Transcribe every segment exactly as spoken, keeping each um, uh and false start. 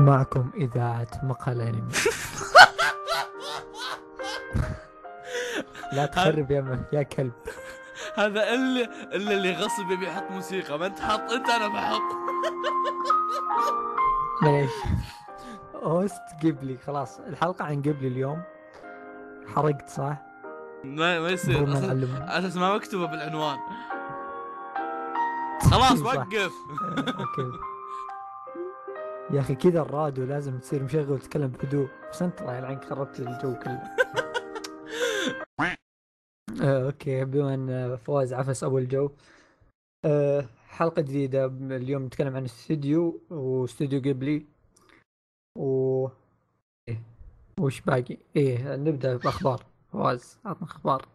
معكم إذاعة مقهى الأنمي. لا تخرب يا م... يا كلب. هذا اللي اللي اللي غصب يبي يحط موسيقى، ما انت حط انت، انا بحط. ليش هوست قبلي؟ خلاص الحلقة عن قبلي اليوم. حرقت صح؟ ما ما يصير ما أساس, نعلمه. اساس ما مكتوبه بالعنوان. خلاص صح. وقف. آه، اوكي يا اخي كذا الراديو لازم تصير مشغل وتتكلم بهدوء، بس انت الله يلعنك خربت الجو كله. آه، اوكي بما ان فواز عفس اول جو، آه، حلقة جديدة اليوم نتكلم عن استوديو واستوديو قبلي و إيه. وش باقي؟ ايه نبدأ باخبار. فواز عطنا اخبار.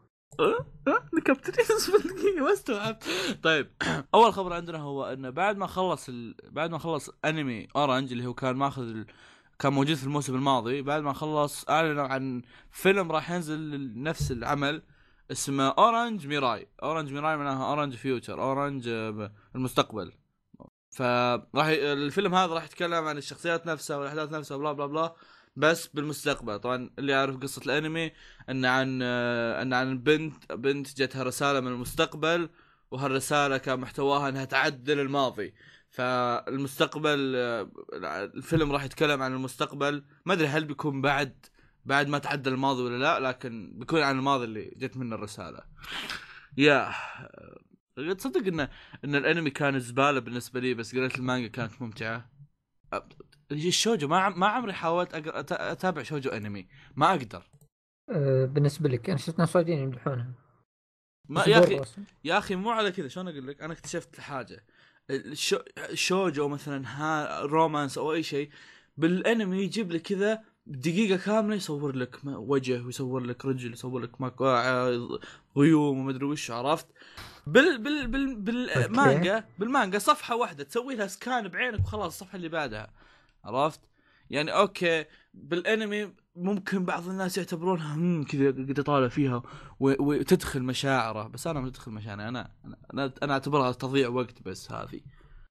نكبتني اصبر دقيقة ما استوعبت. طيب اول خبر عندنا هو انه بعد ما خلص ال... بعد ما خلص انمي اورنج اللي هو كان ماخذ ال... كان موجود في الموسم الماضي، بعد ما خلص اعلنوا عن فيلم راح ينزل نفس العمل اسمه اورنج ميراي. اورنج ميراي معناها اورنج فيوتشر، اورنج المستقبل. فراح ي... الفيلم هذا راح يتكلم عن الشخصيات نفسها والاحداث نفسها بلا بلا بلا، بس بالمستقبل. طبعا اللي يعرف قصة الانمي ان عن ان عن بنت بنت جتها رسالة من المستقبل، وهالرسالة كان محتواها انها تعدل الماضي. فالمستقبل الفيلم راح يتكلم عن المستقبل، ما ادري هل بيكون بعد بعد ما تعدل الماضي ولا لا، لكن بيكون عن الماضي اللي جت منه الرسالة. يا تصدق ان ان الانمي كان زبالة بالنسبة لي، بس قريت المانجا كانت ممتعة. الشوجو ما عم... ما عمري حاولت أقر... أت... اتابع شوجو انمي، ما اقدر. أه بالنسبة لك انا شفت ناس وايدين يمدحونها. ما يا اخي يا اخي مو على كذا، شلون اقول لك، انا اكتشفت حاجه. الشو... شوجو مثلا ها رومانس او اي شيء بالانمي يجيب لك كذا دقيقه كامله، يصور لك وجه ويصور لك رجل، يصور لك مك... غيوم وما ادري وش، عرفت؟ بال بال بال بالمانجا بالمانجا صفحه واحده تسوي لها سكان بعينك وخلاص الصفحه اللي بعدها، عرفت؟ يعني اوكي بالانمي ممكن بعض الناس يعتبرونها هم كذا قد طالع فيها وتدخل مشاعره، بس انا ما تدخل مشاعري، انا انا انا اعتبرها تضييع وقت بس هذه.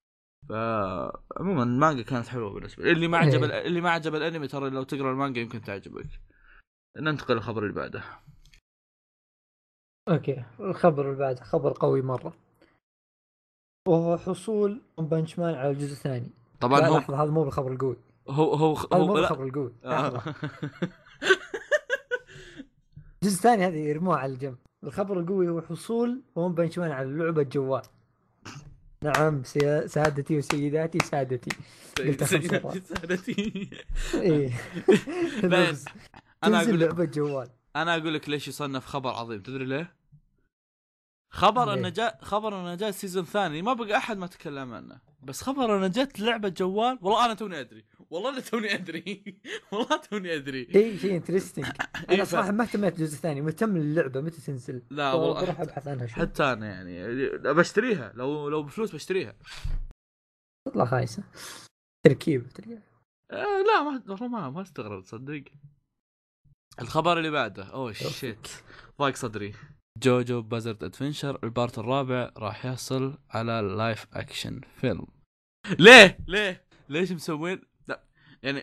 فعموما المانجا كانت حلوه بالنسبه لي. اللي ما عجب إيه. اللي ما عجب الانمي ترى لو تقرا المانجا يمكن تعجبك. ننتقل للخبر اللي بعده. اوكي الخبر اللي بعده خبر قوي مرة، وهو حصول بنش مان على الجزء الثاني. طبعا لا هو لحظة، هذا مو بالخبر القوي، هو هو هذا مو هو بالخبر لا القوي. آه. لحظة الجزء الثاني هذه يرموها على الجنب. الخبر القوي هو حصول ون بنش مان على لعبة جوال. نعم سي... سادتي وسيداتي سادتي. قلتها خمس مرات. سادتي. ايه لا انا تنزل اقول لعبة جوال. انا اقول لك ليش يصنف خبر عظيم، تدري ليه؟ خبر ليه؟ انه جاء خبر انه جاء سيزون ثاني، ما بقى احد ما تكلم عنه، بس خبر انه جت لعبه جوال. والله انا توني ادري، والله انا توني ادري. والله توني ادري. شيء شيء انترستنج. إيه انا ف... صراحه ما اهتميت الجزء الثاني، مهتم للعبه متى تنزل. لا والله بروح حتى... ابحث عنها شوي. حتى انا يعني بشتريها، لو لو بفلوس بشتريها. تطلع خايسه تركيب تركيب. آه لا ما ما ما استغرب تصدق. الخبر اللي بعده اوه شيت ضاق صدري. جوجو بازرد ادفنشر البارت الرابع راح يحصل على لايف اكشن فيلم. ليه ليه ليش مسوين؟ لا يعني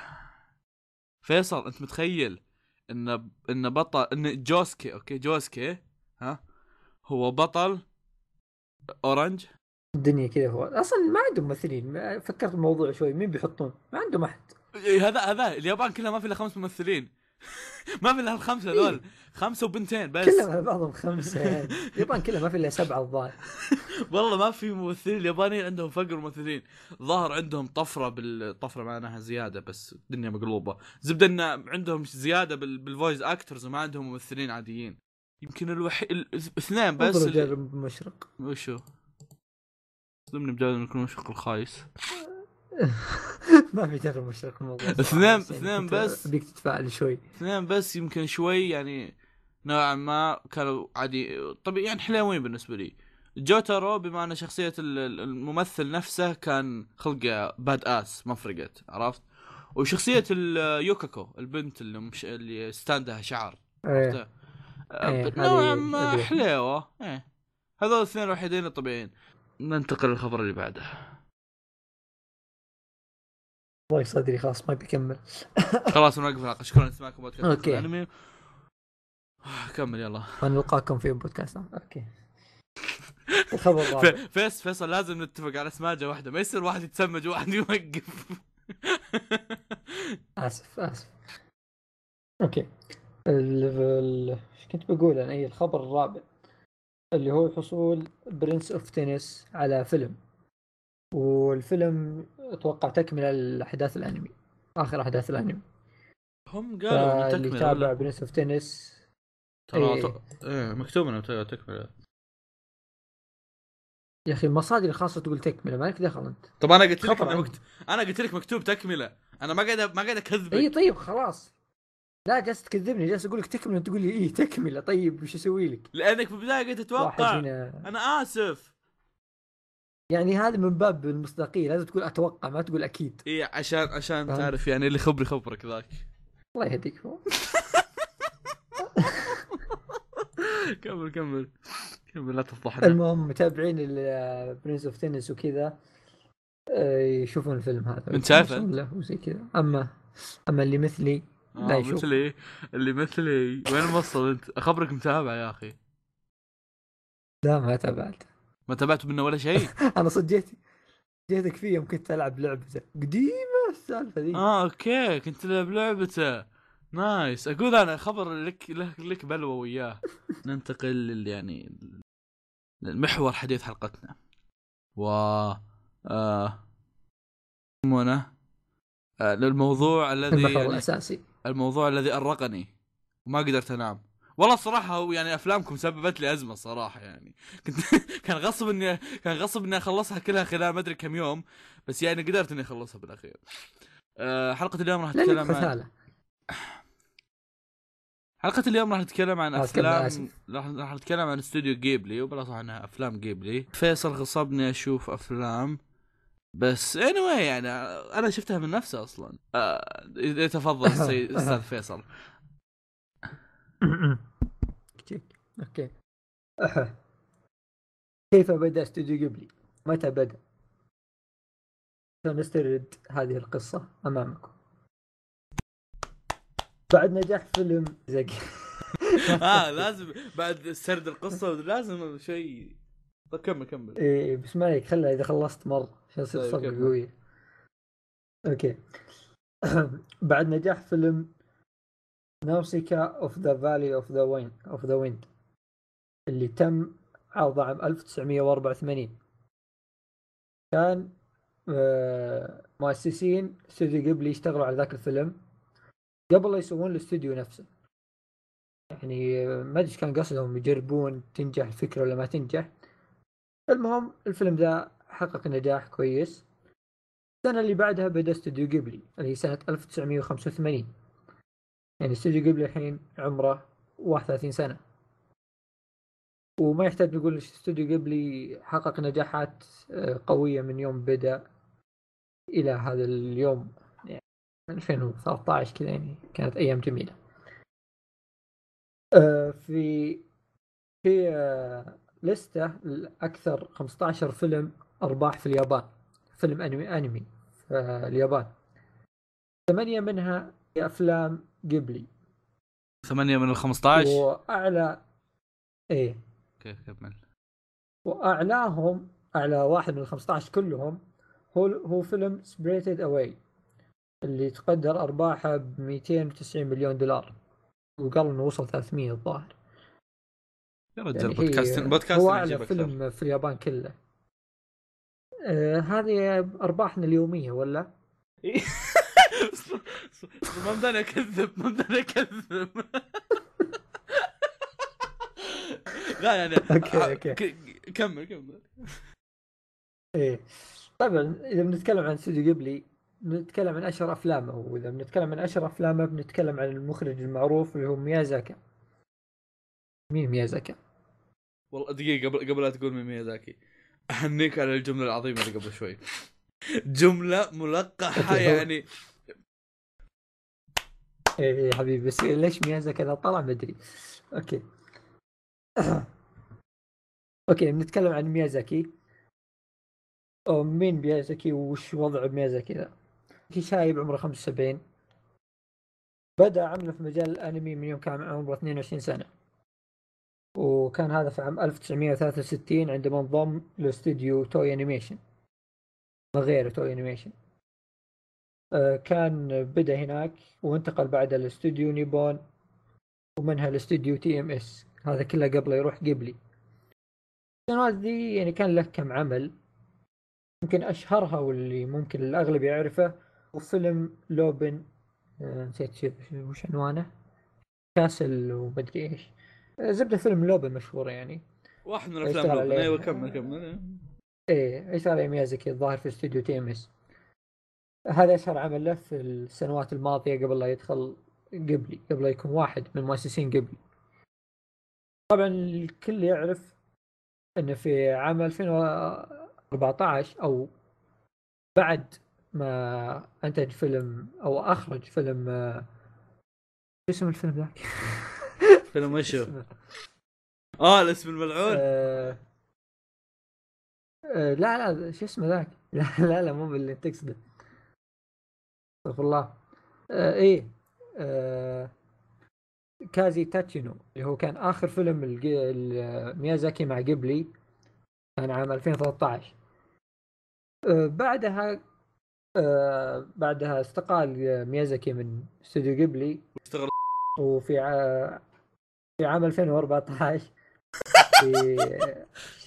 فيصل انت متخيل ان ان بطل ان جوسكي اوكي جوسكي ها هو بطل اورنج. الدنيا كذا، هو اصلا ما عندهم ممثلين. فكرت الموضوع شوي، مين بيحطون؟ ما عندهم احد. إيه هذا هذا اليابان كلها ما في الا خمس ممثلين. ما في الا الخمسه ذول، خمسه وبنتين بس. كلهم على بعضهم خمسه يعني. اليابان كلها ما في الا سبعه الظاهر. والله ما في ممثلين. اليابانيين عندهم فقر ممثلين، ظاهر عندهم طفره بالطفره معناها زياده، بس الدنيا مقلوبه. زبده ان عندهم زياده بالفويس اكترز وما عندهم ممثلين عاديين. يمكن الوحيد الاثنين بس انظروا اللي... جرب مشرق. وشو ضمن بجانب يكون مشرق الخايس. ما في جرب مشرق الموضوع. اثنين اثنين بس ابيك تتفاعل شوي. اثنين بس يمكن شوي يعني نوعا ما كانوا عادي طبيعي يعني حلوين بالنسبه لي. جوتارو بما ان شخصيه الممثل نفسه كان خلقه باد اس ما فرقت، عرفت؟ وشخصيه اليوكاكو البنت اللي مش اللي ستاندها شعر، عرفته؟ ايه نوعا ما هذه حلوه. ايه هذول الاثنين الوحيدين الطبيعيين. ننتقل للخبر اللي بعده. والله صدري خلاص ما بيكمل. خلاص نوقف الحلقه. شكرا لسماعكم بودكاست اوكي، الانمي. كمل يلا. ونلقاكم في بودكاست. اوكي، الخبر الرابع. فيس فيصل لازم نتفق على سماجه واحده، ما يصير واحد يتسمج وواحد يوقف. اسف اسف. اوكي، ال... ال... ايش كنت بقول انا؟ اي الخبر الرابع اللي هو حصول برنس اوف تنس على فيلم، والفيلم اتوقع تكمله الاحداث الانمي، اخر احداث الانمي. هم قالوا انه فاللي تكمله ولا تابع هو؟ برنس اوف تنس. ترى ايه ط... ايه مكتوب انه تكمله. يا اخي المصادر الخاصه تقول تكمله، مالك دخل انت. طب انا قلت لك خبر انه عندي. مكت... انا قلت لك مكتوب تكمله، انا ما قاعد ما قاعد اي اكذبك. طيب خلاص، لا جالس تكذبني، جالس اقول لك تكمله تقول لي ايه تكمله. طيب وش اسوي لك؟ لانك في البدايه قلت واحد اتوقع. هنا انا اسف. يعني هذا من باب المصداقيه، لازم تقول اتوقع ما تقول اكيد. ايه عشان عشان فهمت؟ تعرف يعني اللي خبري خبرك ذاك. الله يهديك. كمل كمل كمل لا تفضحنا. المهم متابعين البرنس اوف تنس وكذا آه، يشوفون الفيلم هذا انت شايف ويتحمسون انت؟ له وزي كذا. اما اما اللي مثلي لا اه يشوف. مثلي. اللي مثلي وين موصل انت؟ اخبرك متابع يا اخي. لا ما تابعت. ما تابعته منه ولا شيء. انا صديت جيتك فيه يوم كنت العب لعبته قديمه السالفه ذي. اه اوكي كنت لعب لعبته. نايس. اقول انا خبر لك لك, لك بلوى وياه. ننتقل لل يعني للمحور حديث حلقتنا. و آه يسمونه آه للموضوع الذي المحور يعني الاساسي. الموضوع الذي أرقني وما قدرت انام. والله الصراحه هو يعني افلامكم سببت لي ازمه صراحه يعني. كنت كان غصب اني كان غصب اني اخلصها كلها خلال ما ادري كم يوم، بس يعني قدرت اني اخلصها بالاخير. أه حلقه اليوم راح لانك نتكلم عن حثاله. حلقه اليوم راح نتكلم عن خلاص كمل افلام. اسف. راح راح نتكلم عن استوديو جيبلي، وبلا صح انها افلام جيبلي. فيصل غصبني اشوف افلام، بس anyway يعني انا شفتها من نفسي اصلا. أه تفضل السيد استاذ فيصل. اوكي. كيف بدأ استوديو جيبلي؟ متى بدأ؟ سنسترد هذه القصة أمامكم. بعد نجاح فيلم زكي. اه لازم بعد سرد القصه لازم شيء. طيب كمل كمل. إيه بس ما عليك، خلها إذا خلصت مرة عشان يصير طيب صفقة كمل. قوية. أوكي. بعد نجاح فيلم ناوسيكا اوف ذا فالي اوف ذا ويند اوف ذا ويند اللي تم عرضه عام ألف وتسعمية وأربعة وثمانين، كان آه، مؤسسين استوديو جيبلي يشتغلوا على ذاك الفيلم قبل لا يسوون الاستوديو نفسه. يعني آه، ما ادري كان قصدهم يجربون تنجح الفكرة ولا ما تنجح. المهم الفيلم ذا حقق نجاح كويس. السنة اللي بعدها بدأ استوديو جيبلي اللي هي سنة ألف وتسعمية وخمسة وثمانين. يعني استوديو جيبلي الحين عمره واحد وثلاثين سنة، وما يحتاج نقول استوديو جيبلي حقق نجاحات آه، قوية من يوم بدأ إلى هذا اليوم، يعني ألفين وثلاثة عشر كذا، يعني كانت أيام جميلة. آه، في في آه، لستة أكثر خمسة عشر فيلم أرباح في اليابان، فيلم أنمي أنمي في اليابان. ثمانية منها هي أفلام جيبلي. ثمانية من الخمسة عشر. وأعلى إيه كيف كمل. وأعلاهم أعلى واحد من الخمسة عشر كلهم هو هو فيلم سبريتد أواي اللي تقدر أرباحه ب مئتين وتسعين مليون دولار، وقال إنه وصل ثلاثمية الظاهر. يا رجال يعني بودكاست هي هو بودكاستنا أعلى يجيب اكثر. فيلم في اليابان كله. آه هذه أرباحنا اليومية ولا؟ ما بدنا اكذب ما بدنا اكذب. لا يعني أوكي أوكي. ك- كمل كمل. إيه طبعا إذا بنتكلم عن استوديو جيبلي بنتكلم عن أشهر أفلامه، وإذا بنتكلم عن أشهر أفلامه بنتكلم عن المخرج المعروف اللي هو ميازاكا. مين ميازاكا؟ والله دقيقة قبل قبل لا تقول من ميازاكي، اهنيك على الجملة العظيمة اللي قبل شوي. جملة ملقحة أوكي هو يعني. إيه إيه حبيبي، بس ليش ميازاكا إذا طلع ما أدري. أوكي. أوكي بنتكلم عن ميازاكي. أو مين ميازاكي وش وضع ميازاكي ذا؟ شايب عمره خمسة وسبعين، بدأ عمله في مجال الأنمي من يوم كان عمره اثنين وعشرين سنة، وكان هذا في عام ألف وتسعمائة وثلاثة وستين عندما انضم لاستوديو توي أنيميشن، ما غير توي أنيميشن. آه، كان بدأ هناك وانتقل بعدها لاستوديو نيبون، ومنها لاستوديو تي ام اس، هذا كله قبل يروح قبلي. السنوات دي يعني كان له كم عمل، يمكن أشهرها واللي ممكن الأغلب يعرفه وفيلم لوبن، آه، نسيت شو- وش عنوانه، كاسل ومدري ايش. آه، زبدة فيلم لوبن مشهور يعني. واحد من افلام اشتغل لوبن، عليه، ايوه كمل كمل. ايه اشتغل عليه ميازاكي الظاهر في استوديو تي ام اس. هذا اشهر عمل له في السنوات الماضية قبل لا يدخل قبلي، قبل لا يكون واحد من المؤسسين قبلي. طبعا الكل يعرف انه في عام ألفين وأربعة عشر او بعد ما انتج فيلم او اخرج فيلم، آه، شو اسم الفيلم ذاك؟ فيلم شو ايش هو؟ اسمه؟ اه الاسم الملعون. آه آه لا لا شو اسمه ذاك؟ لا لا لا مو باللي تقصده، استغفر الله. آه ايه آه كازي تاتشينو، اللي هو كان اخر فيلم الج- ال- ميازاكي مع قبلي، كان عام ألفين وثلاثة عشر. آه بعدها آه بعدها استقال ميازاكي من استوديو قبلي، اشتغل. وفي ع... في عام ألفين وأربعة عشر في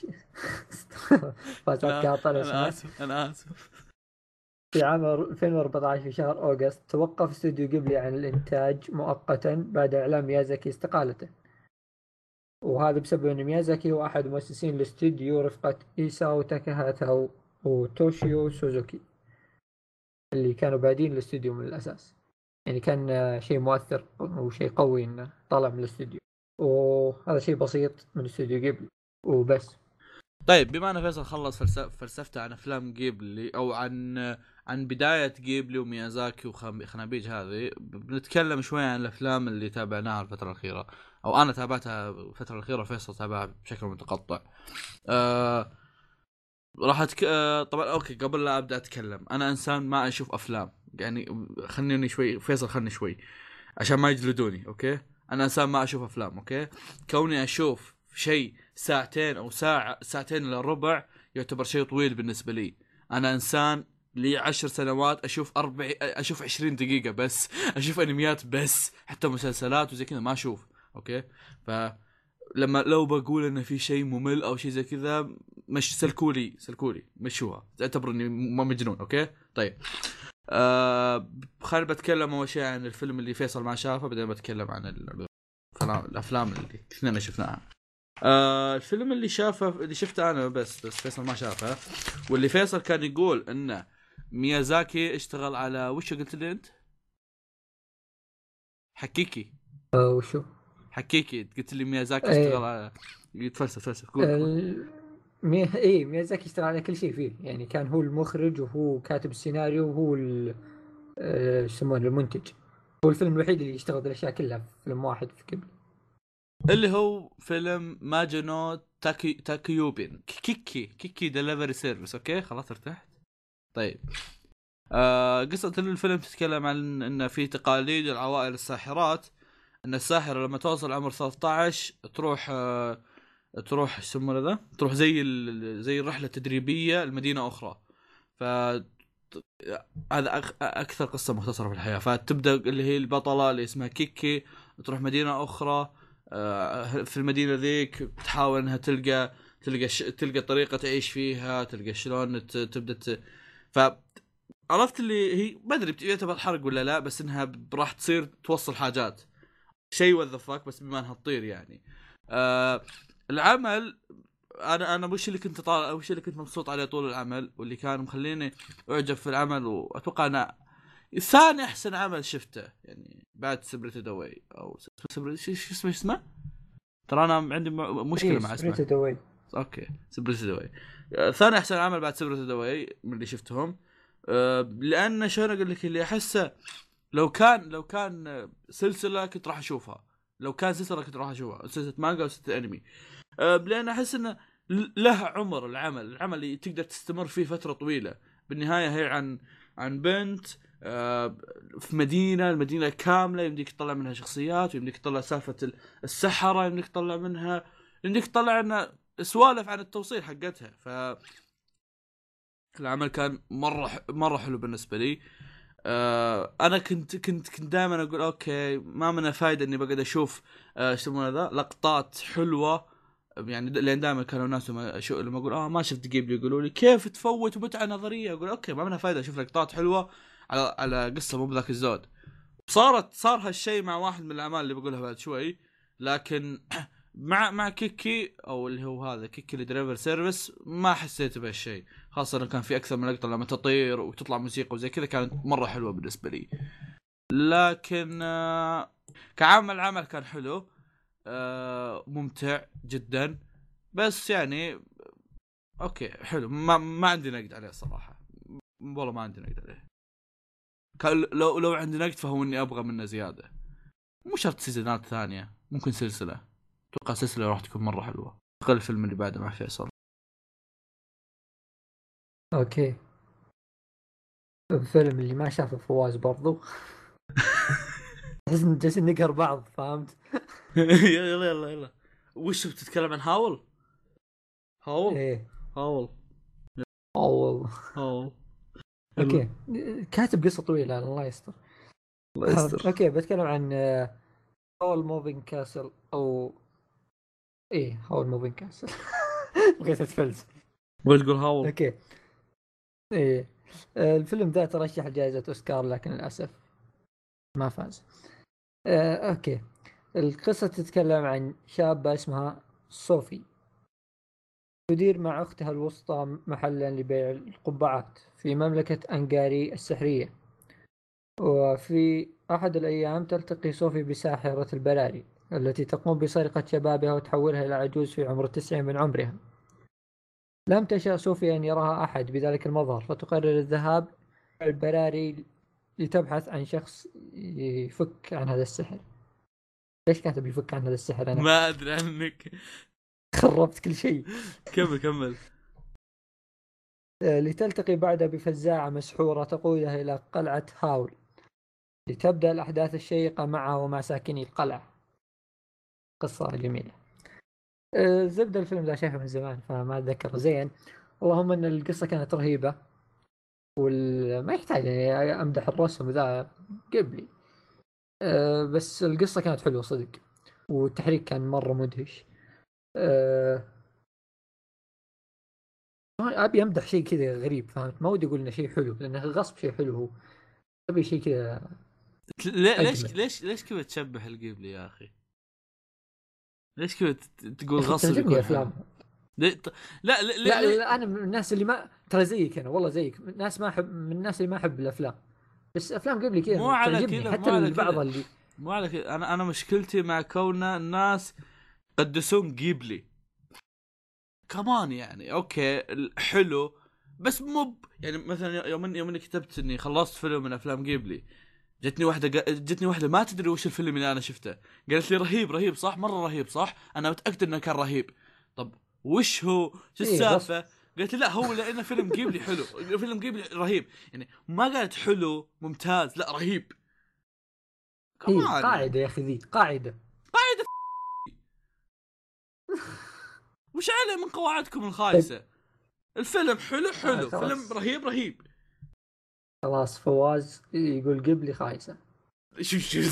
فازات لا قاطع لو انا سمحت. اسف انا اسف. في عام ألفين وأربعة عشر في شهر أوغست توقف استوديو قبلي عن الإنتاج مؤقتا بعد إعلان ميازاكي استقالته، وهذا بسبب أن ميازاكي هو أحد مؤسسين الاستوديو رفقة إيساو تاكاهاتا وتوشيو سوزوكي، اللي كانوا بادين الاستوديو من الأساس. يعني كان آه، شيء مؤثر وشيء قوي إنه طلع من الاستوديو، وهذا شيء بسيط من استوديو قبلي وبس. طيب بما ان فيصل خلص فلسف... فلسفته عن افلام جيبلي او عن عن بدايه جيبلي وميازاكي وخنابيج هذه، بنتكلم شوي عن الافلام اللي تابعناها الفتره الاخيره، او انا تابعتها الفتره الاخيره، فيصل تابعها بشكل متقطع. آه... راح أتك... آه... طبعا اوكي، قبل لا ابدا اتكلم، انا انسان ما اشوف افلام، يعني خليني شوي فيصل، خلني شوي عشان ما يجلدوني. اوكي، انا انسان ما اشوف افلام. اوكي، كوني اشوف شيء ساعتين او ساعه ساعتين الا ربع يعتبر شيء طويل بالنسبه لي. انا انسان لي عشر سنوات اشوف اربع اشوف عشرين دقيقه بس اشوف انميات بس، حتى مسلسلات وزي كذا ما اشوف. اوكي، فلما لو بقول انه في شيء ممل او شيء زي كذا، مش سلكولي سلكولي مشوها، اعتبرني ما مجنون. اوكي طيب، آه خلينا بتكلم اول شيء عن الفيلم اللي فيصل ما شافه، بعدين بتكلم عن ال- الافلام اللي كلنا شفناها. آه الفيلم اللي شافه اللي شفته انا بس بس فيصل ما شافه، واللي فيصل كان يقول انه ميازاكي اشتغل على وش قلت لي انت؟ حكيكي أه وشو؟ حكيكي قلت لي ميازاكي اشتغل ايه على، يتفلسف فلسف قول قول. ال... مي... ايه ميازاكي اشتغل على كل شيء فيه، يعني كان هو المخرج وهو كاتب السيناريو وهو ال... آه، شو يسمونه المنتج. هو الفيلم الوحيد اللي يشتغل بالاشياء كلها في فيلم واحد في قبل. اللي هو فيلم ماجنو تاكي تاكيوبين كيكي كيكي دليفري سيرفيس. اوكي خلاص ارتحت. طيب، آه قصة الفيلم تتكلم عن ان في تقاليد العوائل الساحرات، ان الساحرة لما توصل عمر ثلاثة عشر تروح آه تروح ايش يسمونه ذا، تروح زي ال... زي الرحلة التدريبية لمدينة اخرى. ف هذا أك... اكثر قصة مختصرة في الحياة. فتبدا اللي هي البطلة اللي اسمها كيكي تروح مدينة اخرى، آه في المدينة ذيك تحاول انها تلقى تلقى ش... تلقى طريقة تعيش فيها، تلقى شلون ت... تبدا ت... ف عرفت اللي هي ما ادري بتعتبر حرق ولا لا، بس انها راح تصير توصل حاجات شيء وظفك بس بما انها تطير يعني. آه العمل، انا انا وش اللي كنت طالع وش اللي كنت مبسوط عليه طول العمل واللي كان مخليني اعجب في العمل، واتوقع انا ثاني احسن عمل شفته يعني بعد سبريتد اواي او سبريت شو اسمه اسمه ترى انا عندي م- مشكله ايه مع اسمه. سبريتد اواي. اوكي سبريتد اواي، ثاني احسن عمل بعد سبريتد اواي من اللي شفتهم. أه لان شلون اقول لك اللي احسه لو كان لو كان سلسله كنت راح اشوفها، لو كان سلسله كنت راح اشوفها سلسله مانجا او سلسله انمي. أه لان احس انه له عمر، العمل العمل اللي تقدر تستمر فيه فتره طويله. بالنهايه هي عن عن بنت آه في مدينه المدينه كامله يمديك تطلع منها شخصيات، ويمديك تطلع سالفه السحره، يمديك تطلع منها يمديك تطلع لنا سوالف عن التوصيل حقتها. ف العمل كان مره مره حلو بالنسبه لي. آه انا كنت كنت كنت دائما اقول اوكي ما منها فايده اني بقعد اشوف آه ايش يسمونه ذا لقطات حلوه، يعني لان دائما كانوا الناس لما شو لما اقول اه ما شفت جيبلي يقولوا لي كيف تفوت متعه نظريه، اقول اوكي ما منها فايده اشوف لقطات حلوه على على قصه مو بذاك الزود. صارت صار هالشيء مع واحد من الاعمال اللي بقولها بعد شوي، لكن مع مع كيكي او اللي هو هذا كيكي الدريفر سيرفيس ما حسيت بهالشيء، خاصه انه كان في اكثر من لقطه لما تطير وتطلع موسيقى وزي كذا كانت مره حلوه بالنسبه لي. لكن آه، كعمل العمل كان حلو، آه، ممتع جدا، بس يعني اوكي حلو، ما ما عندي نقد عليه صراحه، والله ما عندي نقد عليه. كان لو لو عندي نقد فهو اني ابغى منه زياده، مو شرط سيزونات ثانيه، ممكن سلسله. اتوقع سلسله راح تكون مره حلوه غير الفيلم اللي بعده مع فيصل. اوكي. الفيلم اللي ما شافه فواز برضو جالسين جالسين نقهر بعض، فهمت؟ يلا يلا يلا، وش بتتكلم عن هاول؟ هاول ايه. هاول أول. هاول يلا. اوكي. كاتب قصة طويلة، الله يستر. الله يستر. اوكي، بتكلم عن هاول موفينج كاسل، او ايه هاول موفينج كاسل. بغيت اتفلسف. وتقول هاول؟ اوكي. ايه. آه، الفيلم ذا ترشح لجائزة اوسكار لكن للاسف ما فاز. آه، اوكي. القصة تتكلم عن شابة اسمها صوفي، تدير مع أختها الوسطى محلا لبيع القبعات في مملكة أنغاري السحرية. وفي أحد الأيام تلتقي صوفي بساحرة البراري التي تقوم بسرقة شبابها وتحولها إلى عجوز في عمر التسعين من عمرها. لم تشأ صوفي أن يراها أحد بذلك المظهر، فتقرر الذهاب إلى البراري لتبحث عن شخص يفك عن هذا السحر. ليش كاتب يفك عن هذا السحر؟ أنا ما ادري عنك. خربت كل شيء. كمل كمل. لتلتقي بعدها بفزاعة مسحورة تقودها إلى قلعة هاول لتبدأ الأحداث الشيقة معها ومع ساكني القلعة. قصة جميلة. أه، زبدة الفيلم ذا شايفه من زمان فما أتذكر زين، اللهم أن القصة كانت رهيبة، وما يحتاج يعني أمدح الرسم ذا قبلي. أه، بس القصة كانت حلوة صدق، والتحريك كان مرة مدهش. أه، أبي أمدح شيء كذا غريب، فهمت؟ ما ودي أقول إنه شيء حلو لأنه غصب شيء حلو هو، أبي شيء كذا ليه- ليش أجمل. ليش ليش كذا تشبه القبلي يا اخي؟ ليش كذا ت- يا تقول أخي غصب تعجبني يكون حلو؟ أفلام. ليه ط... لا لا لا, لا لا انا من الناس اللي ما ترى زيك، انا والله زيك، من الناس ما احب، من الناس اللي ما احب الافلام، بس افلام قبل مو كذا على تعجبني كذا، مو حتى على البعض كذا، اللي. مو على كذا. انا انا مشكلتي مع كون الناس قدسون قبلي كمان، يعني اوكي حلو بس مو يعني مثلا يوم اني يوم اني كتبت اني خلصت فيلم من افلام قبلي، جتني واحده جتني واحده ما تدري وش الفيلم اللي انا شفته، قالت لي رهيب رهيب صح مره رهيب صح، انا متاكد انه كان رهيب. طب وش هو شو ايه غصب. السالفه؟ قالت لي لا هو لانه فيلم قبلي حلو، فيلم قبلي رهيب، يعني ما قالت حلو ممتاز، لا رهيب. ايه كمان يعني قاعده يا اخي، ذي قاعده. قاعده. وش عليه من قواعدكم طيب. الخايسه؟ الفيلم حلو آه حلو، فيلم خلاص. رهيب رهيب. خلاص فواز يقول قبلي خايسه. شو شو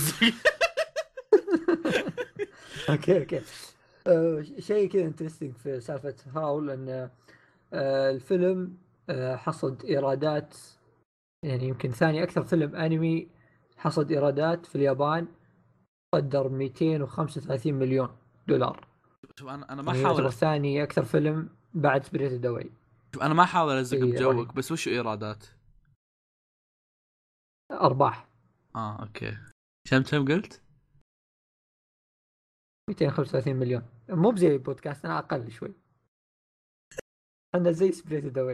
اوكي اوكي. آه شيء كذا انترستنج في سالفه هاول ان آه الفيلم آه حصد ايرادات، يعني يمكن ثاني اكثر فيلم انمي حصد ايرادات في اليابان، قدر مئتين وخمسة وثلاثين مليون دولار. شوف انا انا ما يعني يعتبر احاول، ثاني أكثر فيلم بعد سبريت أواي. شوف انا ما احاول الزق شيء رهيب. بجوك، بس وش ايرادات؟ أرباح اه اوكي. كم كم قلت؟ مئتين وخمسة وثلاثين مليون، مو بزي بودكاست أنا أقل شوي، أنا زي سبريت أواي.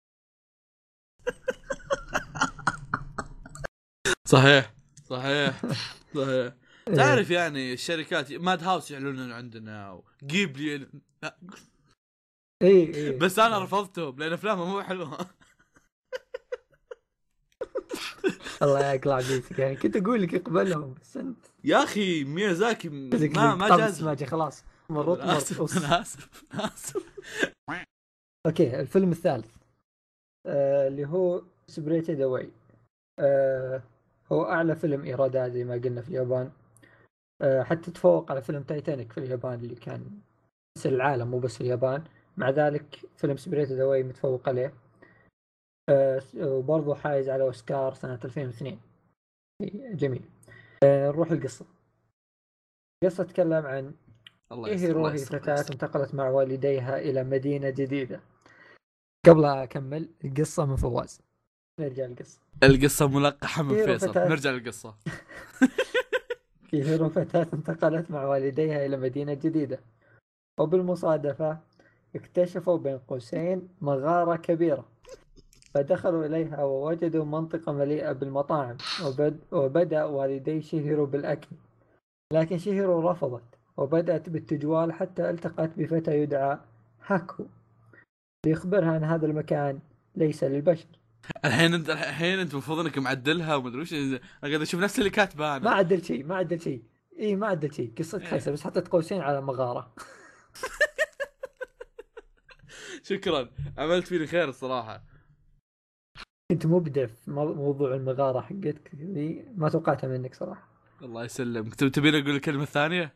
صحيح صحيح صحيح. إيه تعرف يعني الشركات ماد هاوس يعلنون عندنا وجيب لي لا. إيه إيه بس انا إيه. رفضتهم لان افلامهم مو حلوه. الله يقلع بيتك، يعني كنت اقول لك اقبلهم بس انت يا اخي ميازاكي ما ما طب جاز. سماجي خلاص طب مرط انا اسف مرقص. انا اسف أنا اسف. اوكي الفيلم الثالث آه اللي هو سبريتد اواي. آه هو اعلى فيلم ايرادات زي ما قلنا في اليابان. آه حتى تفوق على فيلم تايتانيك في اليابان اللي كان بس العالم مو بس اليابان. مع ذلك فيلم سبريتد اواي متفوق عليه. آه وبرضه حايز على اوسكار سنة ألفين واثنين. جميل. آه نروح القصة. القصة تتكلم عن الله يستر إيهيرو، الله هي يستر الله فتاة يستر. انتقلت مع والديها إلى مدينة جديدة. قبل أكمل القصة من فواز نرجع القصة. القصة ملقحة من إيهيرو فيصل، فتاة نرجع للقصة. إيهيرو فتاة انتقلت مع والديها إلى مدينة جديدة، وبالمصادفة اكتشفوا بين قوسين مغارة كبيرة، فدخلوا إليها ووجدوا منطقة مليئة بالمطاعم. وبد... وبدأ والدي شيهيرو بالأكل، لكن شيهيرو رفضت وبدأت بالتجوال حتى التقت بفتى يدعى هاكو ليخبرها أن هذا المكان ليس للبشر. الحين انت الحين انت المفروض انك معدلها ومدري وش، انا قاعد اشوف نفس اللي كاتبه ما انا. عدل شيء ما عدل شيء اي ما عدل شيء، قصة إيه. خيسر بس حطيت قوسين على مغارة. شكرا، عملت فيني خير الصراحة. كنت مبدع في مو- موضوع المغارة حقتك ذي، ما توقعتها منك صراحة. الله يسلمك. تب- تبين اقول الكلمة الثانية؟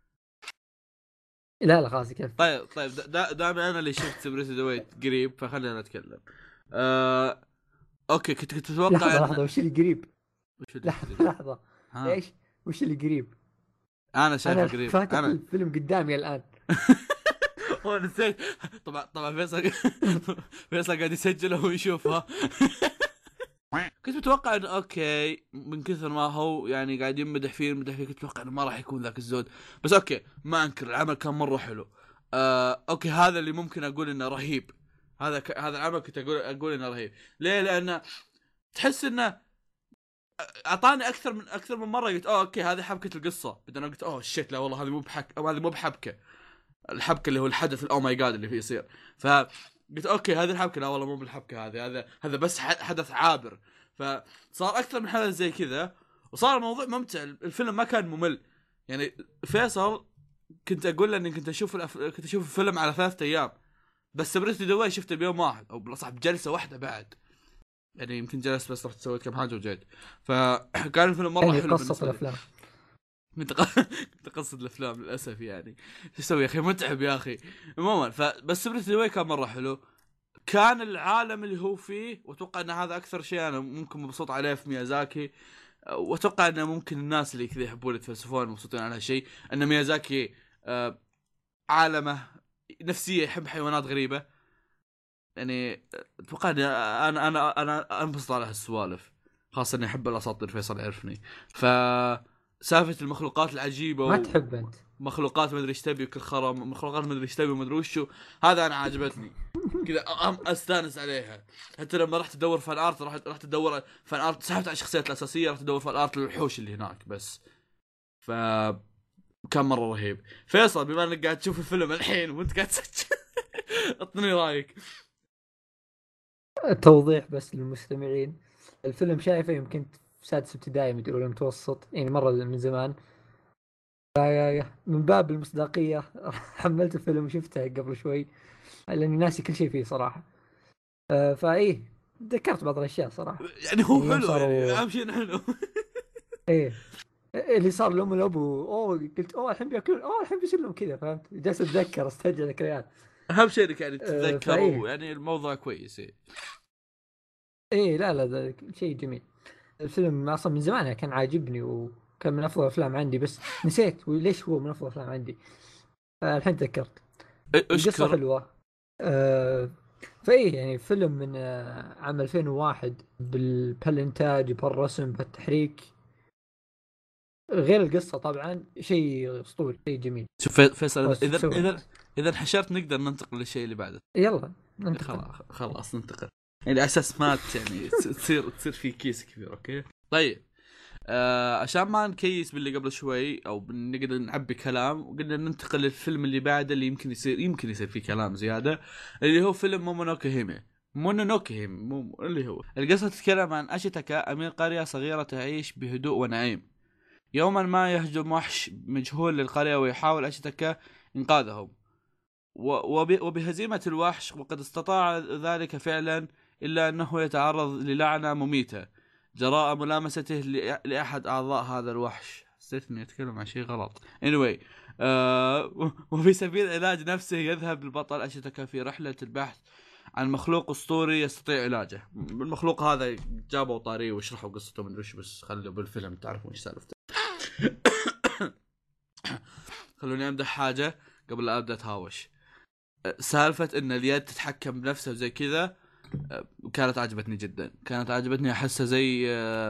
لا لا خلاص كيف. طيب طيب دا دا دام انا اللي شفت سبريتد دويت قريب فخلينا نتكلم. آه... اوكي كنت كنت اتوقع لحظة ان لحظة وش اللي قريب؟ وش اللي لحظة قريب؟ لحظة ها، ايش وش اللي قريب؟ انا انا شايفه قريب فاتح انا. الفيلم قدامي الان. هو نسيت. طبعا طبعا فيصل فيصل قاعد يسجل وهو يشوفها. كنت متوقع انه اوكي من كثر ما هو يعني قاعد يمدح فيه يمدح فيه، كنت متوقع انه ما راح يكون ذاك الزود. بس اوكي ما انكر العمل كان مره حلو. آه اوكي هذا اللي ممكن اقول انه رهيب. هذا ك... هذا العمل كنت اقول اقول انه رهيب. ليه؟ لانه تحس انه اعطاني اكثر من اكثر من مره. قلت اوه اوكي هذه حبكه القصه، بعدين أنا قلت اوه شيت لا والله هذه مو بحك او هذه مو بحبكه. الحبكه اللي هو الحدث الاو ماي جاد اللي فيه يصير. فقلت اوكي هذه الحبكه، لا والله مو بالحبكه هذه، هذا هذا بس حدث عابر. فصار اكثر من حدث زي كذا وصار الموضوع ممتع. الفيلم ما كان ممل. يعني فيصل كنت اقول له اني كنت اشوف الأف... كنت اشوف الفيلم على ثلاثة ايام، بس سبريت دواي شفته بيوم واحد او بالاصح بجلسه واحده بعد. يعني يمكن جلست بس رحت سويت كم حاجه وجيت. فكان الفيلم مره يعني حلو قصة بالنسبه لي. الافلام. كنت كنت اقصد الافلام للاسف يعني. شو اسوي يا اخي متعب يا اخي. عموما فبس سبريت دواي كان مره حلو. كان العالم اللي هو فيه، واتوقع ان هذا اكثر شيء انا ممكن مبسوط عليه في ميازاكي. واتوقع ان ممكن الناس اللي كذا يحبون يتفلسفون مبسوطين على هالشيء، ان ميازاكي آه عالمه نفسيه يحب حيوانات غريبه. يعني اتوقع ان انا انا انا انبسط على هالسوالف، خاصه اني احب الاساطير، فيصل يعرفني. ف سالفه المخلوقات العجيبه ما تحب انت ومخلوقات ما ادري ايش تبي وكل خرم، مخلوقات ما ادري ايش تبي وما ادري وشو، هذا انا عجبتني كذا أم- استانس عليها. حتى لما رحت ادور فان ارت رحت رحت ادور فان ارت، سحبت على الشخصيات الاساسيه، رحت ادور فان ارت للوحوش اللي هناك بس. ف كان مره رهيب. فيصل بما انك قاعد تشوف الفيلم الحين وانت قاعد تسجل اعطني رايك. توضيح بس للمستمعين، الفيلم شايفه يمكن في سادس ابتدائي مدري ولا متوسط، يعني مرة من زمان. من باب المصداقية حملت الفيلم وشفته قبل شوي لاني ناسي كل شيء فيه صراحة. آه فايه تذكرت بعض الاشياء صراحة. يعني هو يعني يوم حلو، يعني صاروا اهم شيء حلو. ايه اللي صار لهم الابو، اوه قلت اوه الحين بياكلون، اوه الحين بيصير لهم كذا، فهمت؟ جالس اتذكر استرجع ذكريات. اهم شيء انك يعني آه تتذكر، فايه ويعني الموضوع كويس. إيه. ايه لا لا ده شيء جميل. الفيلم اصلا من زمان كان عاجبني وكان من افضل الافلام عندي، بس نسيت وليش هو من افضل الافلام عندي. آه الحين تذكرت. القصة اشكر. حلوة. آه فايه يعني فيلم من آه عام ألفين وواحد بال- بالانتاج بالرسم بالتحريك، غير القصة طبعا شيء اسطوري شيء جميل. شوف في- فيصل، بس اذا سوي اذا اذا انحشرت نقدر ننتقل للشيء اللي بعده. يلا ننتقل. خلاص خلاص ننتقل. يعني اساس ما ت- يعني تصير تصير في كيس كبير. اوكي طيب. آه عشان ما نكيس باللي قبل شوي او نقدر نعبي كلام، وقلنا ننتقل للفيلم اللي بعده اللي يمكن يصير يمكن يصير فيه كلام زياده، اللي هو فيلم مومونوكي هيمي. مونونوكي مو اللي هو القصة تتكلم عن أشيتاكا أمير قرية صغيرة تعيش بهدوء ونعيم. يوما ما يهجم وحش مجهول للقرية ويحاول أشيتاكا إنقاذهم وب... وبهزيمة الوحش، وقد استطاع ذلك فعلا، إلا أنه يتعرض للعنة مميتة جراء ملامسته ل... لأحد أعضاء هذا الوحش. حسيت إني أتكلم عن شيء غلط. anyway آه... وفي سبيل علاج نفسه يذهب البطل أشيتاكا في رحلة البحث عن مخلوق أسطوري يستطيع علاجه. المخلوق هذا جابوا طاريه وشرحوا قصته من وش، بس خلوا بالفيلم تعرفون ايش سالفته. خلوني امدح حاجة قبل لا ابدا اتهاوش. سالفة ان اليد تتحكم بنفسها وزي كذا كانت عجبتني جدا، كانت عجبتني. احسها زي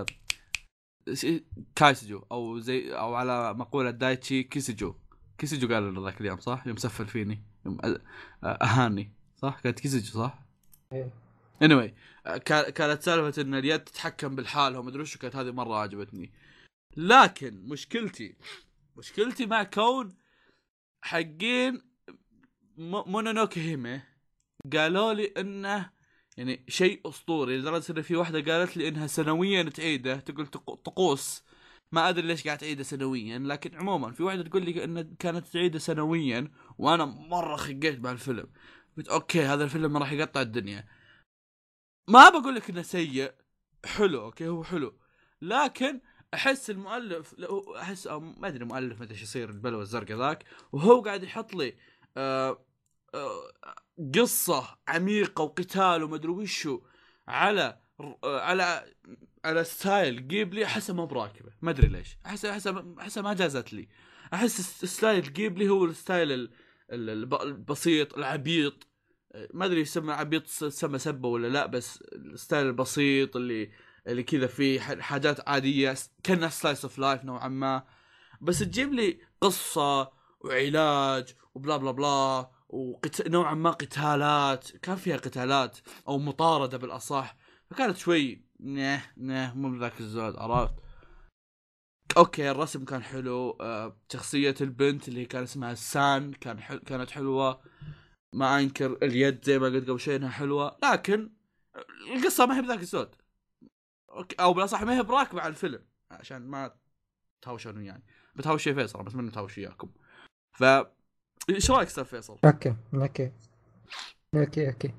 كايسجو او زي او على مقولة دايتشي كيسجو. كيسجو قال له ذاك اليوم صح، يوم سفل فيني يوم اهاني صح، كانت كيسجو صح. anyway كانت سالفة ان اليد تتحكم بالحال وما ادري شو، كانت هذه مرة عجبتني. لكن مشكلتي مشكلتي مع كون حقين مونونوكي هيمه قالوا لي انه يعني شيء اسطوري، لدرجة ان في واحدة قالت لي انها سنويا تعيده، تقول طقوس. ما ادري ليش قاعد تعيده سنويا، لكن عموما في واحدة تقول لي ان كانت تعيده سنويا، وانا مرة خقيت مع الفيلم. قلت اوكي هذا الفيلم راح يقطع الدنيا. ما بقول لك انه سيء، حلو اوكي هو حلو، لكن احس المؤلف احس ما ادري مؤلف ما ادري ايش يصير البلوه الزرقاء ذاك، وهو قاعد يحط لي آه آه قصه عميقه وقتال وما ادري وشو على آه على على ستايل جيبلي. احسه ما براكبه، ما ادري ليش، احس احس احس ما جازت لي. احس ستايل جيبلي هو الستايل البسيط العبيط، ما ادري يسمى عبيط سمى سبه ولا لا، بس الستايل البسيط اللي اللي كذا فيه حاجات عاديه كأنها سلايس اوف لايف نوعا ما، بس تجيب لي قصه وعلاج وبلا بلا بلا وقت نوعا ما قتالات، كان فيها قتالات او مطارده بالاصح، فكانت شوي نه نه مو ذاك الزود، عرفت. اوكي الرسم كان حلو، أه شخصيه البنت اللي كان اسمها سان كان حل... كانت حلوه، ما انكر اليد زي ما قلت قبل شيء انها حلوه، لكن القصه ما هي بذاك الزود. اوكي او بلا صح ما هي براكبه على الفيلم، عشان ما تهاوشون يعني. بتهاوش فيصل بس من تهاوش وياكم. ف ايش رايك استاذ فيصل؟ اوكي اوكي اوكي اوكي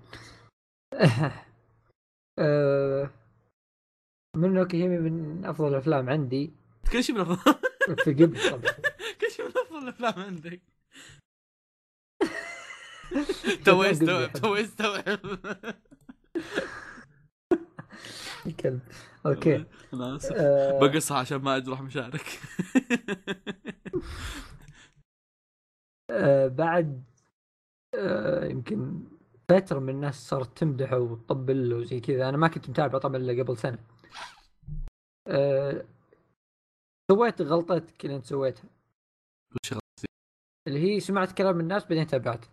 أه... مونونوكي هيمي من افضل الافلام عندي. كل شيء من افضل في قبل طبعا كل شيء من افضل الافلام عندك. تو استوعب تو استوعب الكلب. اوكي انا اسف أه... بقصها عشان ما اجرح مشاعرك. أه بعد أه يمكن فترة من الناس صارت تمدحه وتطبل له وزي كذا، انا ما كنت متابعه طبعا الا قبل سنة. أه... سويت غلطتك اللي انت سويتها، وش غلطتي؟ اللي هي سمعت كلام الناس بعدين تابعت،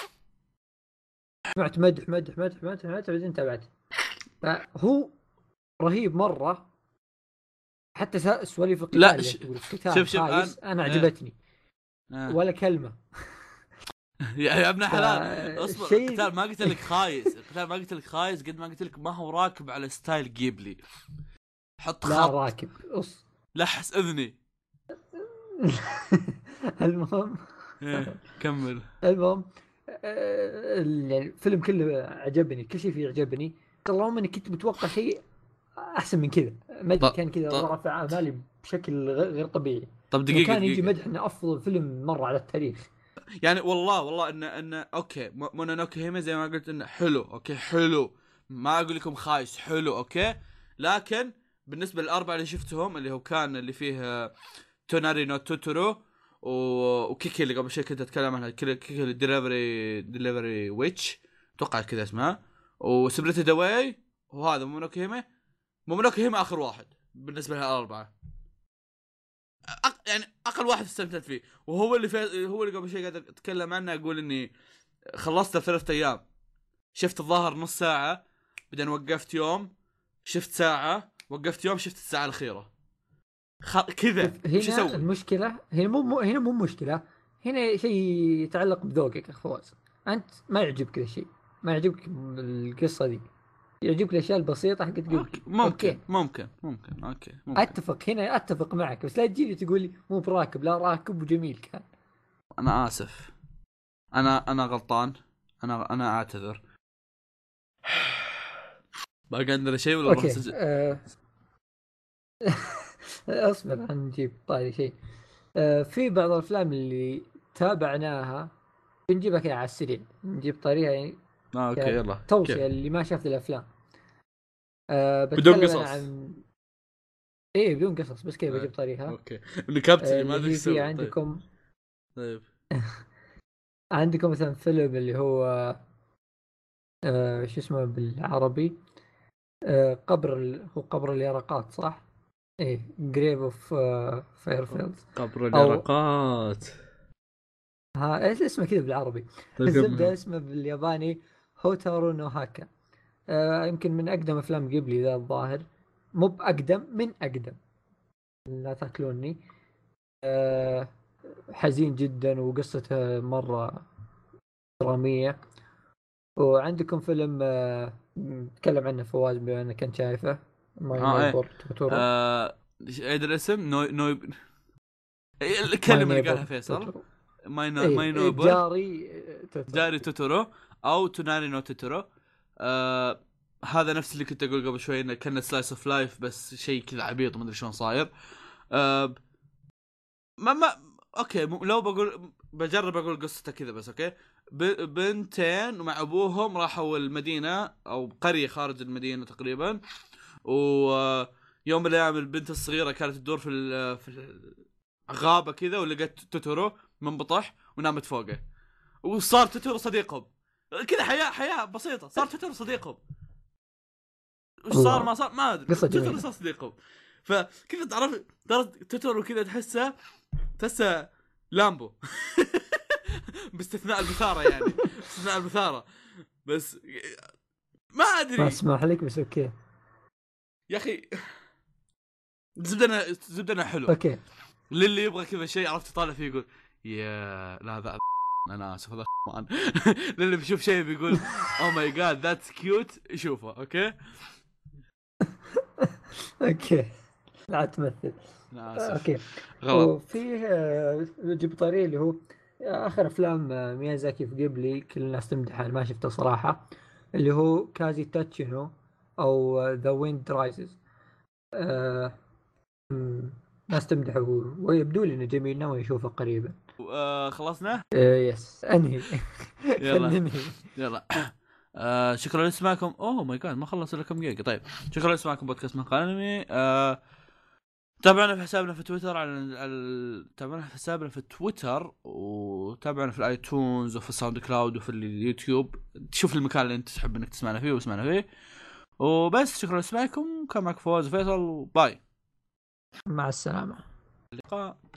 سمعت مدح مدح مدح مدح مدح بعدين تابعت. فهو رهيب مرة، حتى سواليف القتال لا اللي ش... تقول القتال شوف شوف خايس أنا... انا عجبتني آه. ولا كلمة. يا ابن حلال اصبر، شيء... القتال ما قلت لك خايس، القتال ما قلت لك خايس قد ما قلت لك ما هو راكب على ستايل جيبلي. حط خط. لا راكب أص لحس اذني. المهم كمل. المهم الفيلم كله عجبني، كل شيء فيه عجبني، اللهم اني كنت متوقع شيء احسن من كذا، ما ادري كان كذا رافع امالي بشكل غير طبيعي. طب دقيقه كان دقيقة. يجي مدح انه افضل فيلم مر على التاريخ يعني والله والله انه انه اوكي مونونوكي هيما زي ما قلت انه حلو، اوكي حلو، ما اقول لكم خايس، حلو اوكي، لكن بالنسبه للاربعه اللي شفتهم اللي هو كان اللي فيه توناري نو توتورو وكيكي اللي قبل شوي كنت اتكلم عنها، كيكي الدليفري دليفري ويتش اتوقع كذا اسمها، وسبريت دواي، وهذا مونونوكي هيما. مونونوكي هيما اخر واحد بالنسبه للاربعه، أق... يعني اقل واحد استمتعت فيه، وهو اللي في... هو اللي قبل شيء قاعد اتكلم عنه، اقول اني خلصته في ثلاثة ايام، شفت الظاهر نص ساعه بعدين وقفت يوم، شفت ساعه، وقفت يوم، شفت الساعه الاخيره خ... كذا. ايش اسوي؟ المشكله هنا مو, مو هنا مو مشكله، هنا شيء يتعلق بذوقك يا فواز، انت ما يعجبك ذا الشيء، ما يعجبك القصه دي، يعجبك الاشياء البسيطه حقت قبل. أوكي. ممكن ممكن ممكن اوكي ممكن. اتفق هنا، اتفق معك، بس لا تجيلي تقول لي مو براكب، لا راكب وجميل كان. انا اسف، انا انا غلطان، انا انا اعتذر. باقي عندنا شيء ولا نروح اوكي نسجل؟ أه... اصبر نجيب طاري شيء. أه في بعض الافلام اللي تابعناها بنجيبها كذا على السريع، نجيب طريقه يعني آه اوكي يلا توصيه كيف؟ اللي ما شاف الافلام. أه بدون بتكلم انا قصص. عن ايه بدون قصص، بس كذا آه. بجيب طريقها. اوكي نكبت أه لي ما اللي ادري ايش هي في اسوي. طيب عندكم طيب عندكم مثلا فيلم اللي هو أه شو اسمه بالعربي، أه قبر ال... هو قبر اليرقات صح؟ ايه جريف اوف فايرفيلد. قبر او اليرقات. ها ايش اسمه كذا بالعربي؟ طيب الزبده كمل. اسمه بالياباني هوتارو نو هاكا. آه يمكن من اقدم افلام قبلي ذا الظاهر، مو باقدم من اقدم، لا تاكلوني. آه حزين جدا وقصته مره دراميه. وعندكم فيلم آه نتكلم عنه فواز بما انك كنت شايفه، ماي ها ايه نيبر توتورو. آه، عيد الاسم. نو نو إيه ماي الكلمه اللي قالها نيبر فيصل؟ توتورو. ماي نو ايه ماي إيه، نوبر. جاري آه، توتورو. جاري توتورو او توناري نو توتورو. آه هذا نفس اللي كنت اقول قبل شوي، انه كان سلايس اوف لايف بس شيء كذا عبيط ما ادري شلون صاير. آه ما ما اوكي م- لو بقول بجرب اقول قصته كذا بس. اوكي ب- بنتين ومع ابوهم راحوا المدينه او قريه خارج المدينه تقريبا، ويوم من الايام البنت الصغيره كانت تدور في ال- في الغابه كذا ولقت توتورو منبطح ونامت فوقه، وصار توتورو صديقهم. كذا حياه حياه بسيطه، صار توتورو صديقهم. وش صار الله، ما صار ما ادري، قصه توتورو جميله. صار صديقهم. فكذا تعرف ترى توتورو كذا تحسه تحسه لامبو. باستثناء البثاره يعني، باستثناء البثاره بس ما ما ادري اسمح لك بس اوكي. يا اخي. زبدنا زبدنا حلو اوكي للي يبغى كذا شيء عرفت يطالع فيه يقول يا لا هذا انا اسف هذا مان. للي بيشوف شيء بيقول او ماي جاد ذاتس كيوت يشوفه. اوكي اوكي لا تمثل. انا آه، اسف اوكي. غلط. وفيه آه، جبطاري اللي هو اخر افلام آه، ميازاكي في قبلي كل الناس تمدحه، أنا ما شفته صراحه، اللي هو كازي تاتشينو او ذا ويند رايزز. ناس تمدحه ويبدو لي انه جميل، ناوي اشوفه قريبا. آه خلصنا آه، يس انهي. يلا خلني يلا. آه شكرا لسماعكم. اوه ماي جاد ما خلص الا كم دقيقه. طيب شكرا لسماعكم بودكاست من قلمي. آه تابعنا في حسابنا في تويتر على ال... تابعنا في حسابنا في تويتر، وتابعنا في الايتونز وفي الساوند كلاود وفي اليوتيوب. تشوف المكان اللي انت تحب انك تسمعنا فيه واسمعنا فيه. وبس شكرا لسماعكم، كان معك فواز فيصل، باي. مع السلامه. اللقاء.